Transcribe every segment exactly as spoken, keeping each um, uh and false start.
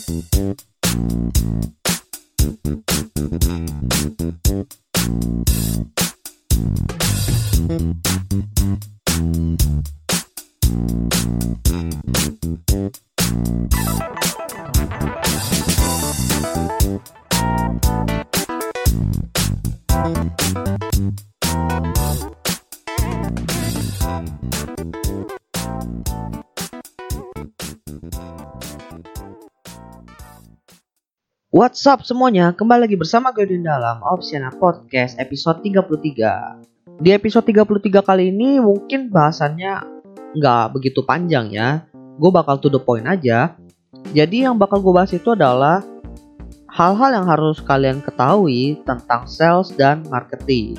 What's up semuanya, kembali lagi bersama gue di dalam Opsiana Podcast episode tiga puluh tiga. Di episode tiga puluh tiga kali ini mungkin bahasannya nggak begitu panjang ya. Gue bakal to the point aja. Jadi yang bakal gue bahas itu adalah hal-hal yang harus kalian ketahui tentang sales dan marketing.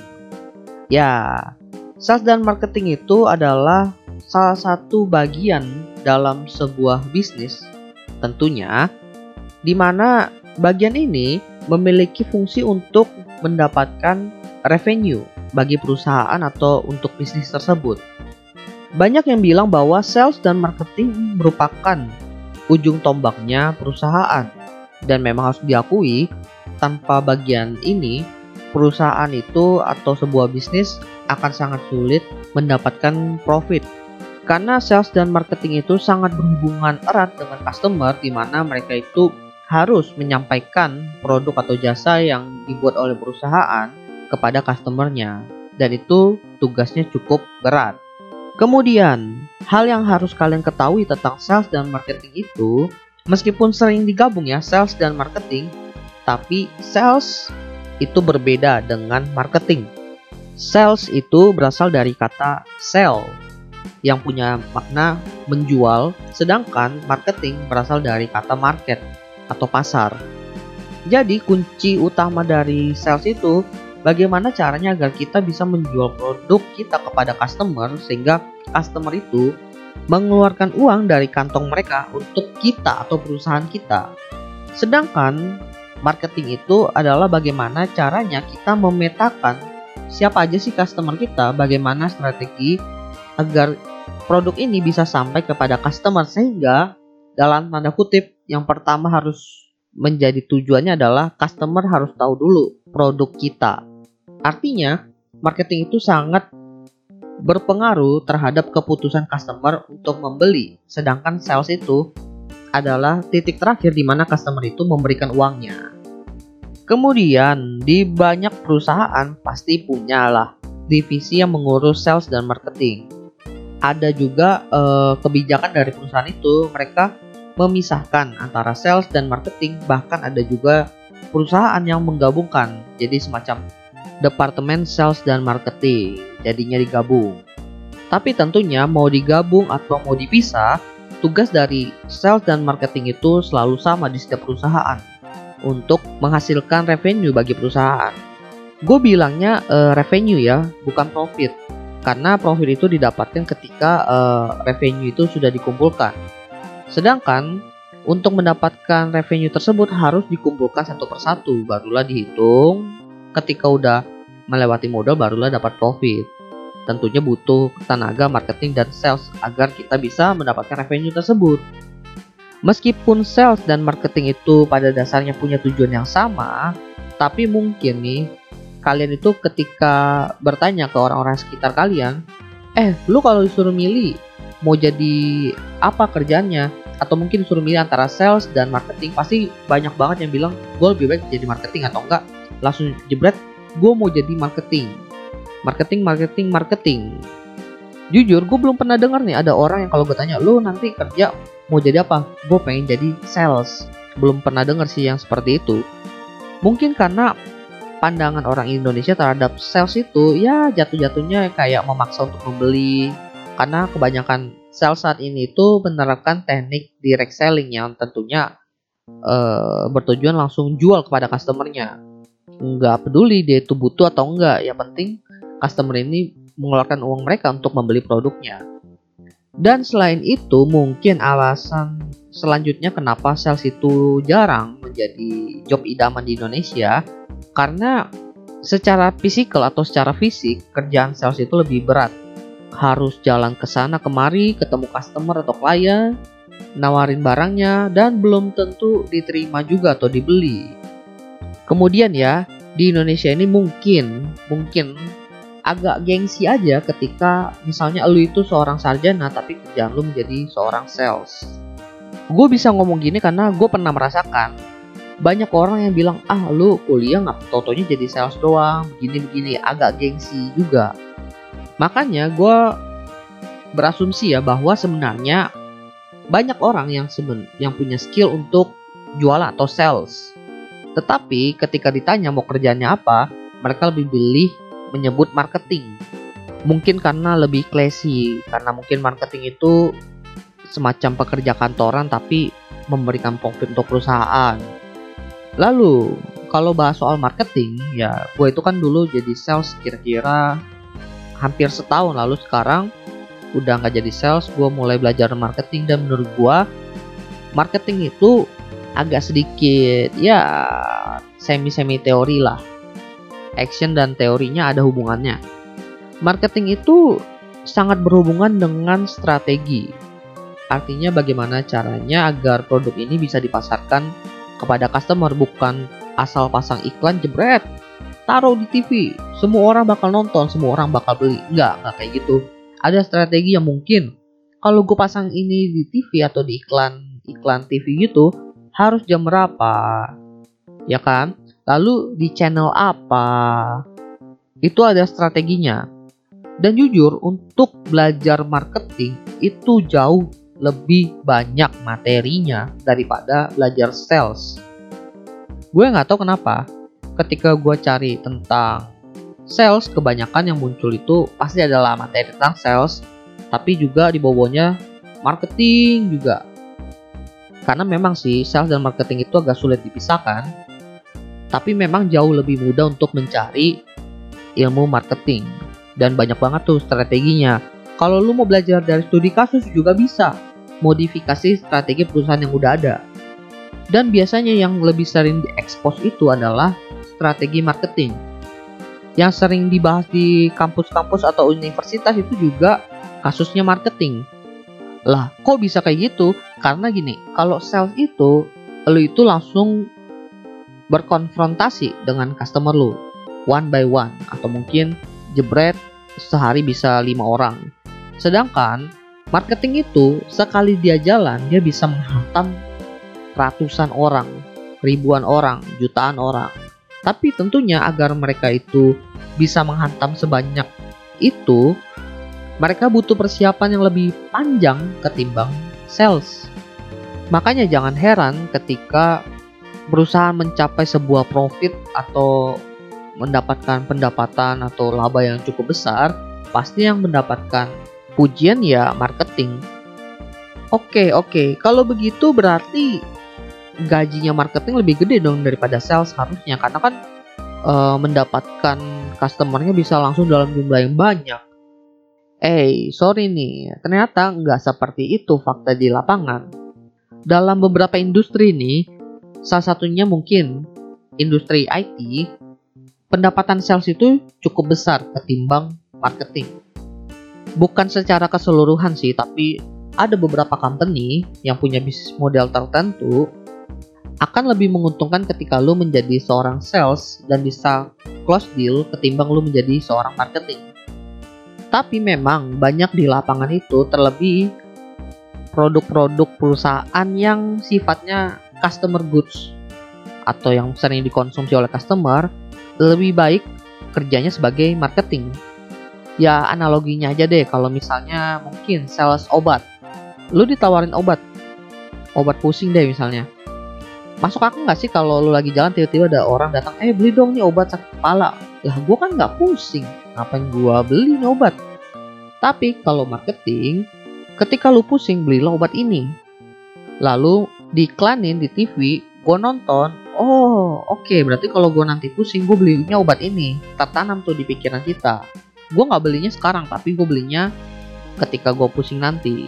Ya, sales dan marketing itu adalah salah satu bagian dalam sebuah bisnis tentunya, di mana bagian ini memiliki fungsi untuk mendapatkan revenue bagi perusahaan atau untuk bisnis tersebut. Banyak yang bilang bahwa sales dan marketing merupakan ujung tombaknya perusahaan. Dan memang harus diakui, tanpa bagian ini, perusahaan itu atau sebuah bisnis akan sangat sulit mendapatkan profit. Karena sales dan marketing itu sangat berhubungan erat dengan customer, di mana mereka itu harus menyampaikan produk atau jasa yang dibuat oleh perusahaan kepada customernya, dan itu tugasnya cukup berat. Kemudian, hal yang harus kalian ketahui tentang sales dan marketing itu, meskipun sering digabung ya sales dan marketing, tapi sales itu berbeda dengan marketing. Sales itu berasal dari kata sell yang punya makna menjual, sedangkan marketing berasal dari kata market atau pasar. Jadi kunci utama dari sales itu bagaimana caranya agar kita bisa menjual produk kita kepada customer, sehingga customer itu mengeluarkan uang dari kantong mereka untuk kita atau perusahaan kita. Sedangkan marketing itu adalah bagaimana caranya kita memetakan siapa aja sih customer kita, bagaimana strategi agar produk ini bisa sampai kepada customer, sehingga dalam tanda kutip yang pertama harus menjadi tujuannya adalah customer harus tahu dulu produk kita. Artinya marketing itu sangat berpengaruh terhadap keputusan customer untuk membeli, sedangkan sales itu adalah titik terakhir di mana customer itu memberikan uangnya. Kemudian di banyak perusahaan pasti punyalah divisi yang mengurus sales dan marketing. Ada juga eh, kebijakan dari perusahaan itu, mereka memisahkan antara sales dan marketing, bahkan ada juga perusahaan yang menggabungkan jadi semacam departemen sales dan marketing, jadinya digabung. Tapi tentunya mau digabung atau mau dipisah, tugas dari sales dan marketing itu selalu sama di setiap perusahaan untuk menghasilkan revenue bagi perusahaan. Gue bilangnya uh, revenue ya, bukan profit, karena profit itu didapatkan ketika uh, revenue itu sudah dikumpulkan. Sedangkan untuk mendapatkan revenue tersebut harus dikumpulkan satu persatu, barulah dihitung. Ketika udah melewati modal barulah dapat profit. Tentunya butuh tenaga marketing dan sales agar kita bisa mendapatkan revenue tersebut. Meskipun sales dan marketing itu pada dasarnya punya tujuan yang sama, tapi mungkin nih kalian itu ketika bertanya ke orang-orang sekitar kalian, eh lu kalau disuruh milih mau jadi apa kerjaannya, atau mungkin disuruh milih antara sales dan marketing, pasti banyak banget yang bilang gue lebih baik jadi marketing, atau enggak langsung jebret gue mau jadi marketing. Marketing, marketing, marketing. Jujur gue belum pernah dengar nih ada orang yang kalau gue tanya, lu nanti kerja mau jadi apa? Gue pengen jadi sales. Belum pernah dengar sih yang seperti itu. Mungkin karena pandangan orang Indonesia terhadap sales itu ya jatuh-jatuhnya kayak memaksa untuk membeli. Karena kebanyakan sales saat ini itu menerapkan teknik direct selling yang tentunya uh, bertujuan langsung jual kepada customernya. Nggak peduli dia itu butuh atau enggak, yang penting customer ini mengeluarkan uang mereka untuk membeli produknya. Dan selain itu mungkin alasan selanjutnya kenapa sales itu jarang menjadi job idaman di Indonesia, karena secara fisikal atau secara fisik kerjaan sales itu lebih berat. Harus jalan ke sana kemari, ketemu customer atau klien, nawarin barangnya, dan belum tentu diterima juga atau dibeli. Kemudian ya, di Indonesia ini mungkin, mungkin agak gengsi aja ketika misalnya lu itu seorang sarjana tapi kerjaan lu menjadi seorang sales. Gue bisa ngomong gini karena gue pernah merasakan banyak orang yang bilang, ah lu kuliah nggak tau-taunya jadi sales doang, begini-begini, agak gengsi juga. Makanya gue berasumsi ya bahwa sebenarnya banyak orang yang seben yang punya skill untuk jualan atau sales. Tetapi ketika ditanya mau kerjanya apa, mereka lebih pilih menyebut marketing. Mungkin karena lebih classy, karena mungkin marketing itu semacam pekerja kantoran tapi memberikan profit untuk perusahaan. Lalu kalau bahas soal marketing, ya gue itu kan dulu jadi sales kira-kira hampir setahun, lalu sekarang udah nggak jadi sales, gue mulai belajar marketing. Dan menurut gue marketing itu agak sedikit ya semi-semi teori lah. Action dan teorinya ada hubungannya. Marketing itu sangat berhubungan dengan strategi. Artinya bagaimana caranya agar produk ini bisa dipasarkan kepada customer, bukan asal pasang iklan jebret, taruh di T V, semua orang bakal nonton, semua orang bakal beli. Enggak, enggak kayak gitu. Ada strategi yang mungkin kalau gue pasang ini di T V atau di iklan iklan T V gitu harus jam berapa, ya kan? Lalu di channel apa? Itu ada strateginya. Dan jujur, untuk belajar marketing itu jauh lebih banyak materinya daripada belajar sales. Gue nggak tahu kenapa. Ketika gue cari tentang sales, kebanyakan yang muncul itu pasti adalah materi tentang sales, tapi juga di bawahnya marketing juga. Karena memang sih sales dan marketing itu agak sulit dipisahkan, tapi memang jauh lebih mudah untuk mencari ilmu marketing. Dan banyak banget tuh strateginya. Kalau lu mau belajar dari studi kasus juga bisa modifikasi strategi perusahaan yang udah ada. Dan biasanya yang lebih sering diekspos itu adalah strategi marketing. Yang sering dibahas di kampus-kampus atau universitas itu juga kasusnya marketing. Lah, kok bisa kayak gitu? Karena gini, kalau sales itu, lu itu langsung berkonfrontasi dengan customer lu, one by one, atau mungkin jebret sehari bisa lima orang. Sedangkan marketing itu sekali dia jalan, dia bisa menghantam ratusan orang, ribuan orang, jutaan orang. Tapi tentunya agar mereka itu bisa menghantam sebanyak itu, mereka butuh persiapan yang lebih panjang ketimbang sales. Makanya jangan heran ketika perusahaan mencapai sebuah profit atau mendapatkan pendapatan atau laba yang cukup besar, pasti yang mendapatkan pujian ya marketing. Oke, oke. Kalau begitu berarti gajinya marketing lebih gede dong daripada sales harusnya, karena kan e, mendapatkan customernya bisa langsung dalam jumlah yang banyak. Eh, sorry nih, ternyata nggak seperti itu fakta di lapangan. Dalam beberapa industri nih, salah satunya mungkin industri I T, pendapatan sales itu cukup besar ketimbang marketing. Bukan secara keseluruhan sih, tapi ada beberapa company yang punya bisnis model tertentu akan lebih menguntungkan ketika lu menjadi seorang sales dan bisa close deal ketimbang lu menjadi seorang marketing. Tapi memang banyak di lapangan itu, terlebih produk-produk perusahaan yang sifatnya customer goods atau yang sering dikonsumsi oleh customer, lebih baik kerjanya sebagai marketing. Ya analoginya aja deh, kalau misalnya mungkin sales obat, lu ditawarin obat, obat pusing deh misalnya. Masuk akal nggak sih kalau lu lagi jalan tiba-tiba ada orang datang, eh beli dong nih obat sakit kepala. Lah gue kan nggak pusing, ngapain gue beli nih obat? Tapi kalau marketing, ketika lu pusing belilah obat ini. Lalu diiklanin di T V, gue nonton, oh oke okay, berarti kalau gue nanti pusing gue belinya obat ini. Tertanam tuh di pikiran kita. Gue nggak belinya sekarang, tapi gue belinya ketika gue pusing nanti.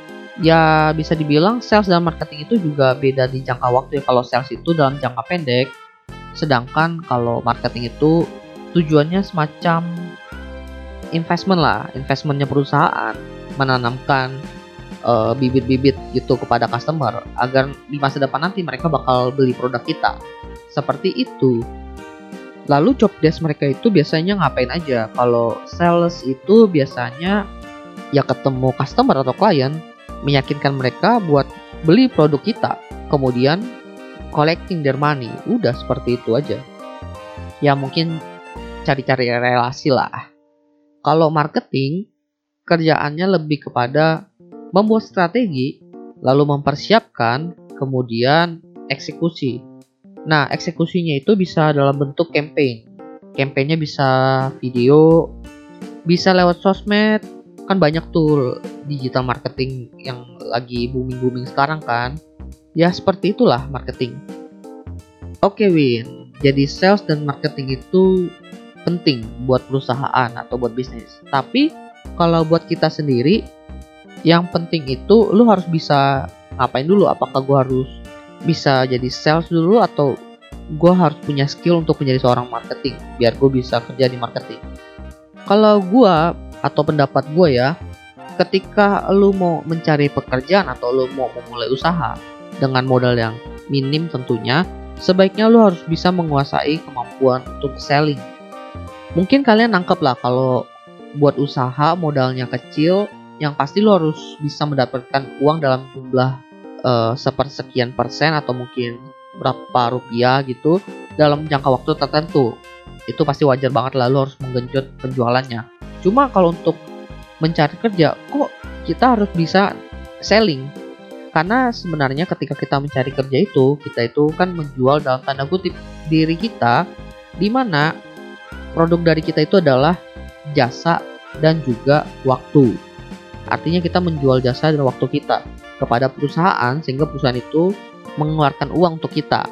Ya bisa dibilang sales dan marketing itu juga beda di jangka waktu ya. Kalau sales itu dalam jangka pendek, sedangkan kalau marketing itu tujuannya semacam investment lah, investmentnya perusahaan, menanamkan uh, bibit-bibit gitu kepada customer agar di masa depan nanti mereka bakal beli produk kita. Seperti itu. Lalu job desk mereka itu biasanya ngapain aja? Kalau sales itu biasanya ya ketemu customer atau klien, meyakinkan mereka buat beli produk kita, kemudian collecting their money. Udah seperti itu aja. Ya mungkin cari-cari relasi lah. Kalau marketing, kerjaannya lebih kepada membuat strategi, lalu mempersiapkan, kemudian eksekusi. Nah, eksekusinya itu bisa dalam bentuk campaign. Campaignnya bisa video, bisa lewat sosmed. Kan banyak tuh digital marketing yang lagi booming-booming sekarang kan. Ya seperti itulah marketing. Oke Win, jadi sales dan marketing itu penting buat perusahaan atau buat bisnis. Tapi kalau buat kita sendiri, yang penting itu lu harus bisa ngapain dulu. Apakah gue harus bisa jadi sales dulu atau gue harus punya skill untuk menjadi seorang marketing biar gue bisa kerja di marketing. Kalau gue atau pendapat gue ya, ketika lu mau mencari pekerjaan atau lu mau memulai usaha dengan modal yang minim tentunya, sebaiknya lu harus bisa menguasai kemampuan untuk selling. Mungkin kalian nangkep lah kalau buat usaha modalnya kecil, yang pasti lu harus bisa mendapatkan uang dalam jumlah uh, sepersekian persen atau mungkin berapa rupiah gitu dalam jangka waktu tertentu. Itu pasti wajar banget lah, lu harus menggenjot penjualannya. Cuma kalau untuk mencari kerja, kok kita harus bisa selling? Karena sebenarnya ketika kita mencari kerja itu, kita itu kan menjual dalam tanda kutip diri kita, di mana produk dari kita itu adalah jasa dan juga waktu. Artinya kita menjual jasa dan waktu kita kepada perusahaan sehingga perusahaan itu mengeluarkan uang untuk kita.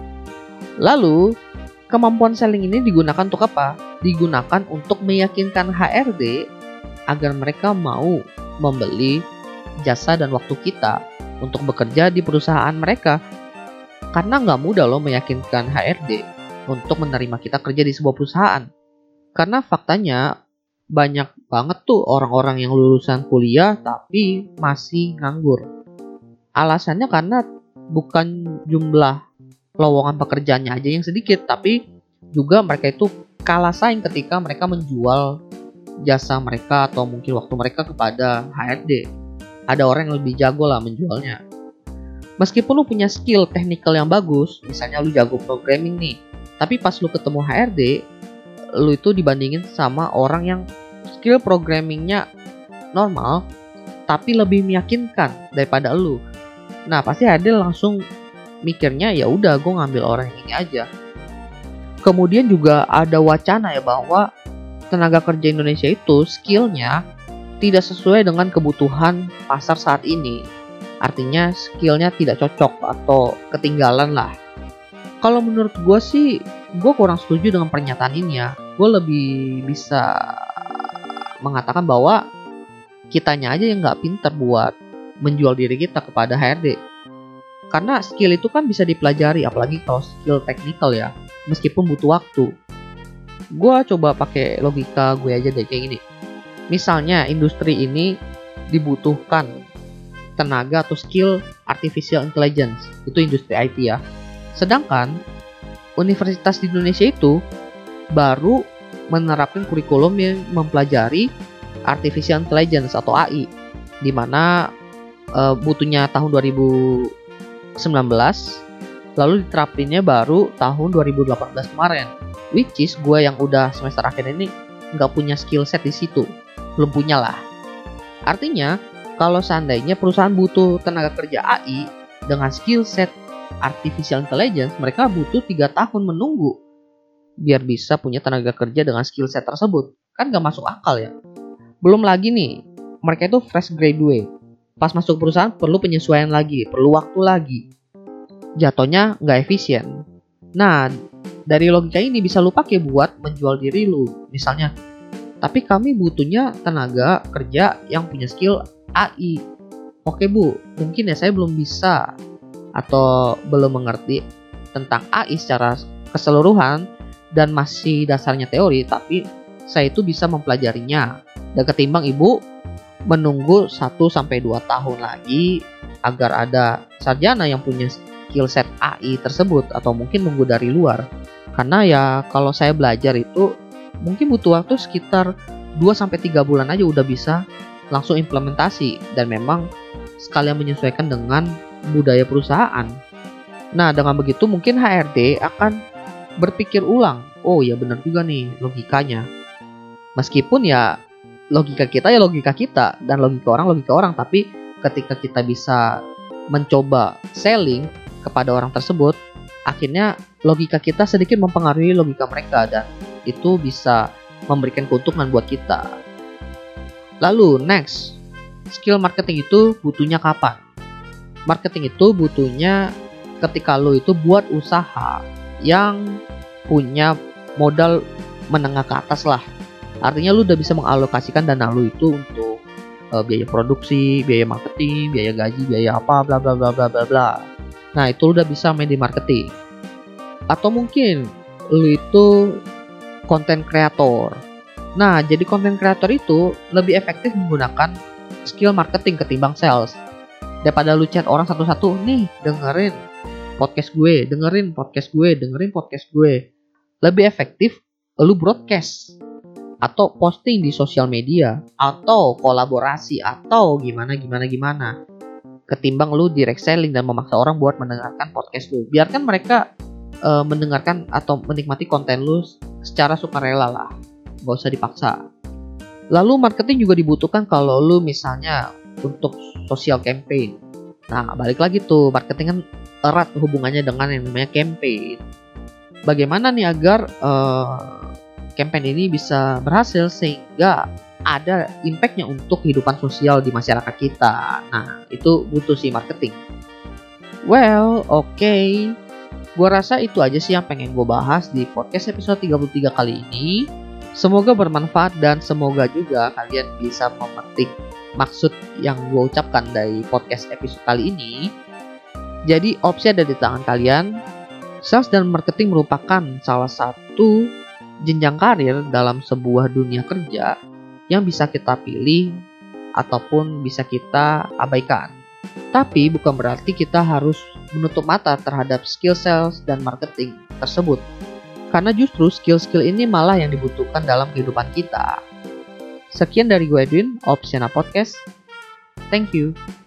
Lalu, kemampuan selling ini digunakan untuk apa? Digunakan untuk meyakinkan H R D agar mereka mau membeli jasa dan waktu kita untuk bekerja di perusahaan mereka. Karena nggak mudah loh meyakinkan H R D untuk menerima kita kerja di sebuah perusahaan. Karena faktanya banyak banget tuh orang-orang yang lulusan kuliah tapi masih nganggur. Alasannya karena bukan jumlah lowongan pekerjaannya aja yang sedikit, tapi juga mereka itu kalah saing ketika mereka menjual jasa mereka atau mungkin waktu mereka kepada H R D. Ada orang yang lebih jago lah menjualnya. Meskipun lu punya skill technical yang bagus, misalnya lu jago programming nih, tapi pas lu ketemu H R D, lu itu dibandingin sama orang yang skill programmingnya normal tapi lebih meyakinkan daripada lu. Nah pasti H R D langsung mikirnya ya udah gue ngambil orang yang ini aja. Kemudian juga ada wacana ya bahwa tenaga kerja Indonesia itu skillnya tidak sesuai dengan kebutuhan pasar saat ini. Artinya skillnya tidak cocok atau ketinggalan lah. Kalau menurut gue sih, gue kurang setuju dengan pernyataan ini ya. Gue lebih bisa mengatakan bahwa kitanya aja yang gak pinter buat menjual diri kita kepada H R D. Karena skill itu kan bisa dipelajari, apalagi kalau skill technical ya, meskipun butuh waktu. Gue coba pakai logika gue aja deh kayak gini. Misalnya industri ini dibutuhkan tenaga atau skill artificial intelligence, itu industri I T ya. Sedangkan universitas di Indonesia itu baru menerapkan kurikulum yang mempelajari artificial intelligence atau A I, di mana e, butuhnya tahun dua ribu sembilan belas, lalu diterapinnya baru tahun dua ribu delapan belas kemarin. Which is gue yang udah semester akhir ini nggak punya skill set di situ, belum punya lah. Artinya kalau seandainya perusahaan butuh tenaga kerja A I dengan skill set artificial intelligence, mereka butuh tiga tahun menunggu biar bisa punya tenaga kerja dengan skill set tersebut. Kan gak masuk akal ya. Belum lagi nih, mereka itu fresh graduate. Pas masuk perusahaan perlu penyesuaian lagi, perlu waktu lagi. Jatuhnya gak efisien. Nah, dari logika ini bisa lu pakai buat menjual diri lu. Misalnya, tapi kami butuhnya tenaga kerja yang punya skill A I. Oke bu, mungkin ya saya belum bisa atau belum mengerti tentang A I secara keseluruhan dan masih dasarnya teori, tapi saya itu bisa mempelajarinya. Dan ketimbang ibu menunggu satu sampai dua tahun lagi agar ada sarjana yang punya skill set A I tersebut, atau mungkin nunggu dari luar. Karena ya kalau saya belajar itu mungkin butuh waktu sekitar dua sampai tiga bulan aja udah bisa langsung implementasi, dan memang sekalian menyesuaikan dengan budaya perusahaan. Nah, dengan begitu mungkin H R D akan berpikir ulang, oh ya benar juga nih logikanya. Meskipun ya logika kita ya logika kita, dan logika orang logika orang, tapi ketika kita bisa mencoba selling kepada orang tersebut, akhirnya logika kita sedikit mempengaruhi logika mereka, dan itu bisa memberikan keuntungan buat kita. Lalu next, skill marketing itu butuhnya kapan? Marketing itu butuhnya ketika lo itu buat usaha yang punya modal menengah ke atas lah. Artinya lu udah bisa mengalokasikan dana lu itu untuk uh, biaya produksi, biaya marketing, biaya gaji, biaya apa bla bla bla bla bla bla. Nah, itu lu udah bisa main di marketing. Atau mungkin lu itu content creator. Nah, jadi content creator itu lebih efektif menggunakan skill marketing ketimbang sales. Daripada lu chat orang satu-satu, nih dengerin podcast gue, dengerin podcast gue, dengerin podcast gue. Lebih efektif lu broadcast atau posting di sosial media, atau kolaborasi, atau gimana gimana gimana, ketimbang lu direct selling dan memaksa orang buat mendengarkan podcast lu. Biarkan mereka uh, mendengarkan atau menikmati konten lu secara sukarela lah, gak usah dipaksa. Lalu marketing juga dibutuhkan kalau lu misalnya untuk social campaign. Nah, balik lagi tuh, marketing kan erat hubungannya dengan yang namanya campaign. Bagaimana nih agar uh, campaign ini bisa berhasil sehingga ada impactnya untuk kehidupan sosial di masyarakat kita. Nah, itu butuh sih marketing. Well, oke. Okay. Gue rasa itu aja sih yang pengen gue bahas di podcast episode tiga puluh tiga kali ini. Semoga bermanfaat dan semoga juga kalian bisa memetik maksud yang gue ucapkan dari podcast episode kali ini. Jadi opsi ada di tangan kalian. Sales dan marketing merupakan salah satu jenjang karir dalam sebuah dunia kerja yang bisa kita pilih ataupun bisa kita abaikan. Tapi bukan berarti kita harus menutup mata terhadap skill sales dan marketing tersebut. Karena justru skill-skill ini malah yang dibutuhkan dalam kehidupan kita. Sekian dari gue Edwin, Opsiana Podcast. Thank you.